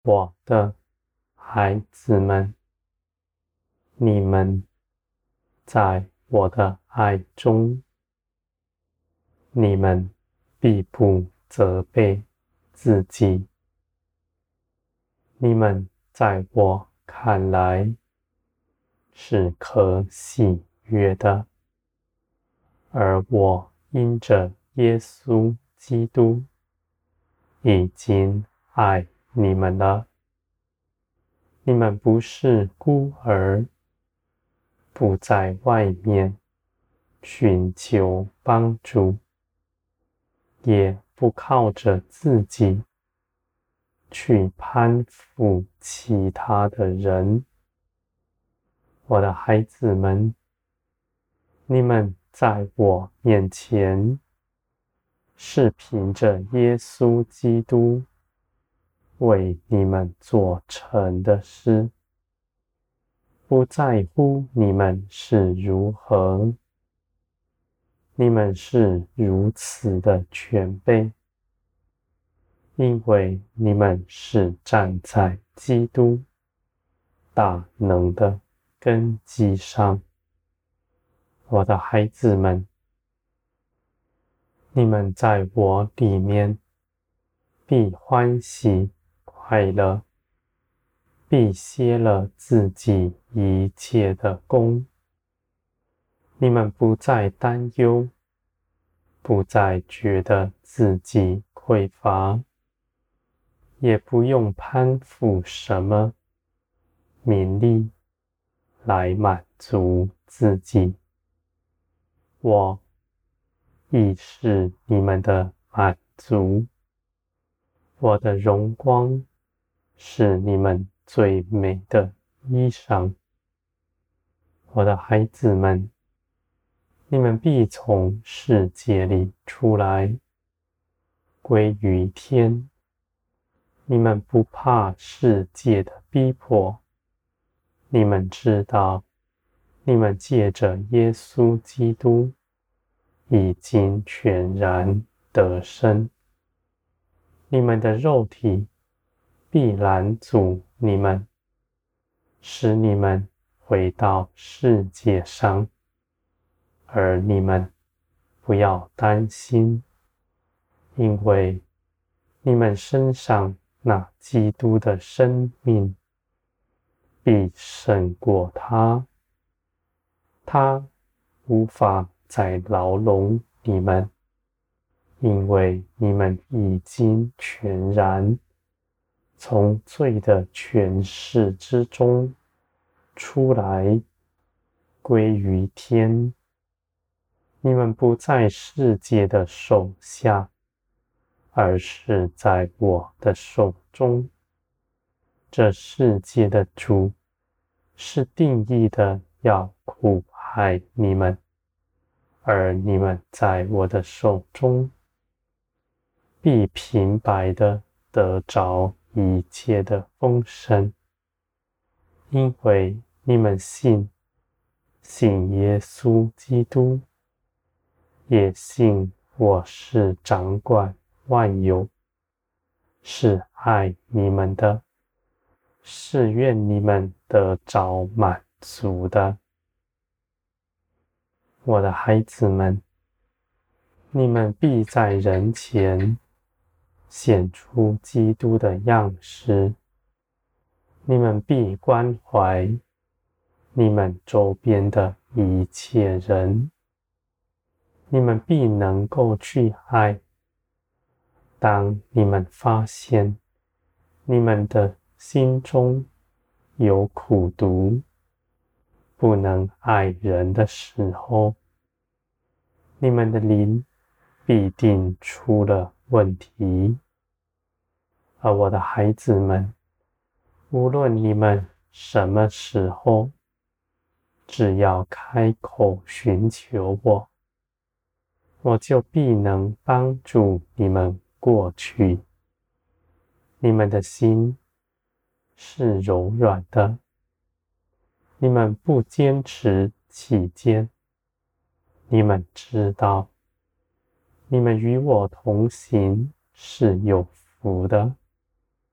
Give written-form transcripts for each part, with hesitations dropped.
我的孩子们，你们在我的爱中，你们必不责备自己。你们在我看来是可喜悦的，而我因着耶稣基督已经爱你们了。你们不是孤儿，不在外面寻求帮助，也不靠着自己去攀附其他的人。我的孩子们，你们在我面前是凭着耶稣基督为你们做成的事，不在乎你们是如何，你们是如此的全备，因为你们是站在基督大能的根基上。我的孩子们，你们在我里面必欢喜快乐，必歇了自己一切的功。你们不再担忧，不再觉得自己匮乏，也不用攀附什么名利来满足自己。我亦是你们的满足，我的荣光是你们最美的衣裳。我的孩子们，你们必从世界里出来，归于天。你们不怕世界的逼迫，你们知道，你们借着耶稣基督已经全然得生。你们的肉体必拦阻你们，使你们回到世界上，而你们不要担心，因为你们身上那基督的生命必胜过他，他无法再牢笼你们，因为你们已经全然从罪的权势之中出来，归于天。你们不在世界的手下，而是在我的手中。这世界的主是定义的要苦害你们，而你们在我的手中必平白的得着一切的丰盛，因为你们信耶稣基督，也信我是掌管万有，是爱你们的，是愿你们得着满足的。我的孩子们，你们必在人前显出基督的样式，你们必关怀你们周边的一切人，你们必能够去爱。当你们发现你们的心中有苦毒，不能爱人的时候，你们的灵必定出了问题。而我的孩子们，无论你们什么时候，只要开口寻求我，我就必能帮助你们过去。你们的心是柔软的，你们不坚持己见，你们知道，你们与我同行是有福的，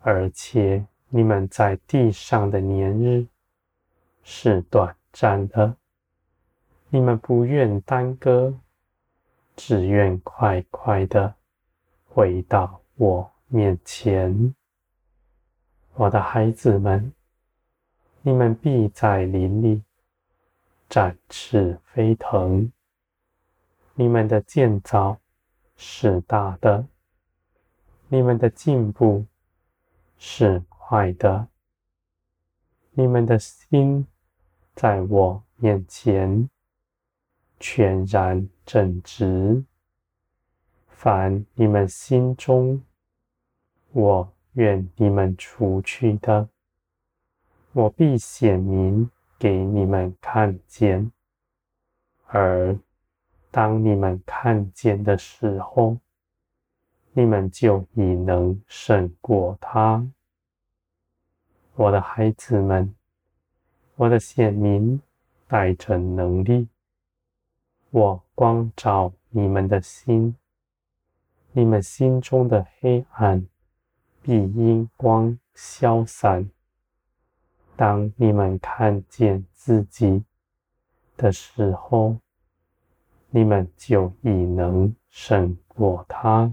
而且你们在地上的年日是短暂的，你们不愿耽搁，只愿快快的回到我面前。我的孩子们，你们必在林里展翅飞腾，你们的建造是大的，你们的进步是快的，你们的心在我面前全然正直。凡你们心中我愿你们除去的，我必显明给你们看见。而当你们看见的时候，你们就已能胜过他。我的孩子们，我的显明带着能力，我光照你们的心，你们心中的黑暗必因光消散。当你们看见自己的时候，你们就已能胜过他。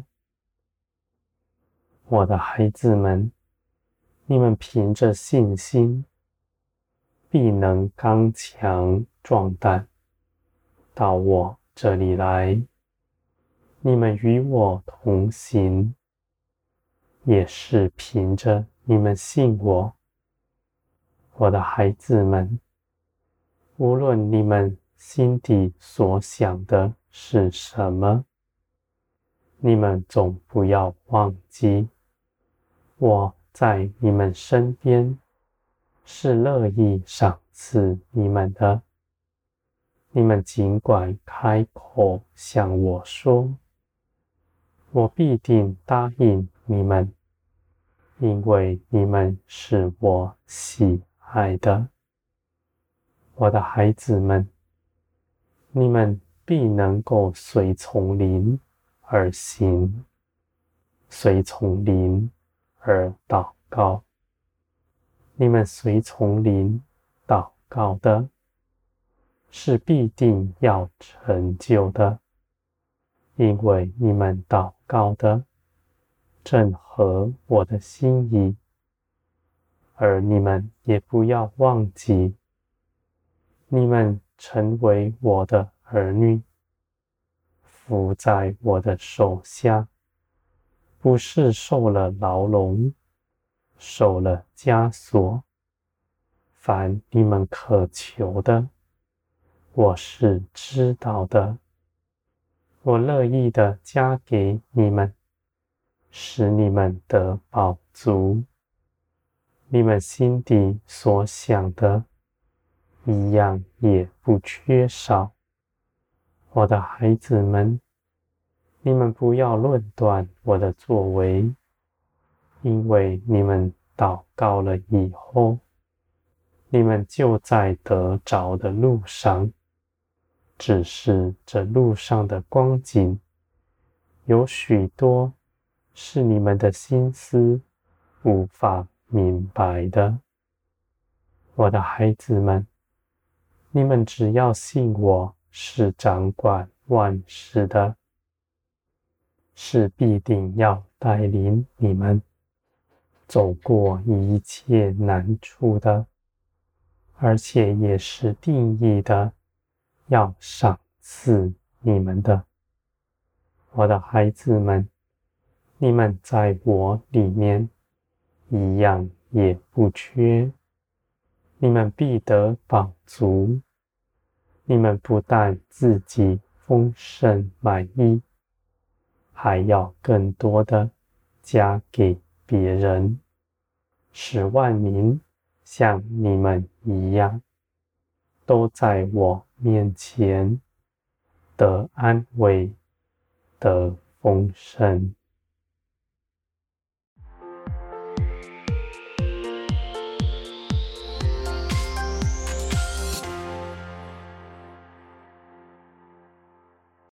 我的孩子们，你们凭着信心，必能刚强壮胆，到我这里来。你们与我同行，也是凭着你们信我。我的孩子们，无论你们心底所想的是什么，你们总不要忘记，我在你们身边，是乐意赏赐你们的。你们尽管开口向我说，我必定答应你们，因为你们是我喜爱的。我的孩子们，你们必能够随从灵而行，随从灵而祷告。你们随从灵祷告的，是必定要成就的，因为你们祷告的正合我的心意。而你们也不要忘记，你们成为我的儿女，服在我的手下，不是受了牢笼，受了枷锁。凡你们渴求的，我是知道的，我乐意的加给你们，使你们得饱足。你们心底所想的，一样也不缺少。我的孩子们，你们不要论断我的作为，因为你们祷告了以后，你们就在得着的路上。只是这路上的光景，有许多是你们的心思无法明白的。我的孩子们，你们只要信我是掌管万事的，是必定要带领你们走过一切难处的，而且也是定义的要赏赐你们的。我的孩子们，你们在我里面一样也不缺，你们必得饱足。你们不但自己丰盛满意，还要更多的加给别人，使万民像你们一样，都在我面前得安慰，得丰盛。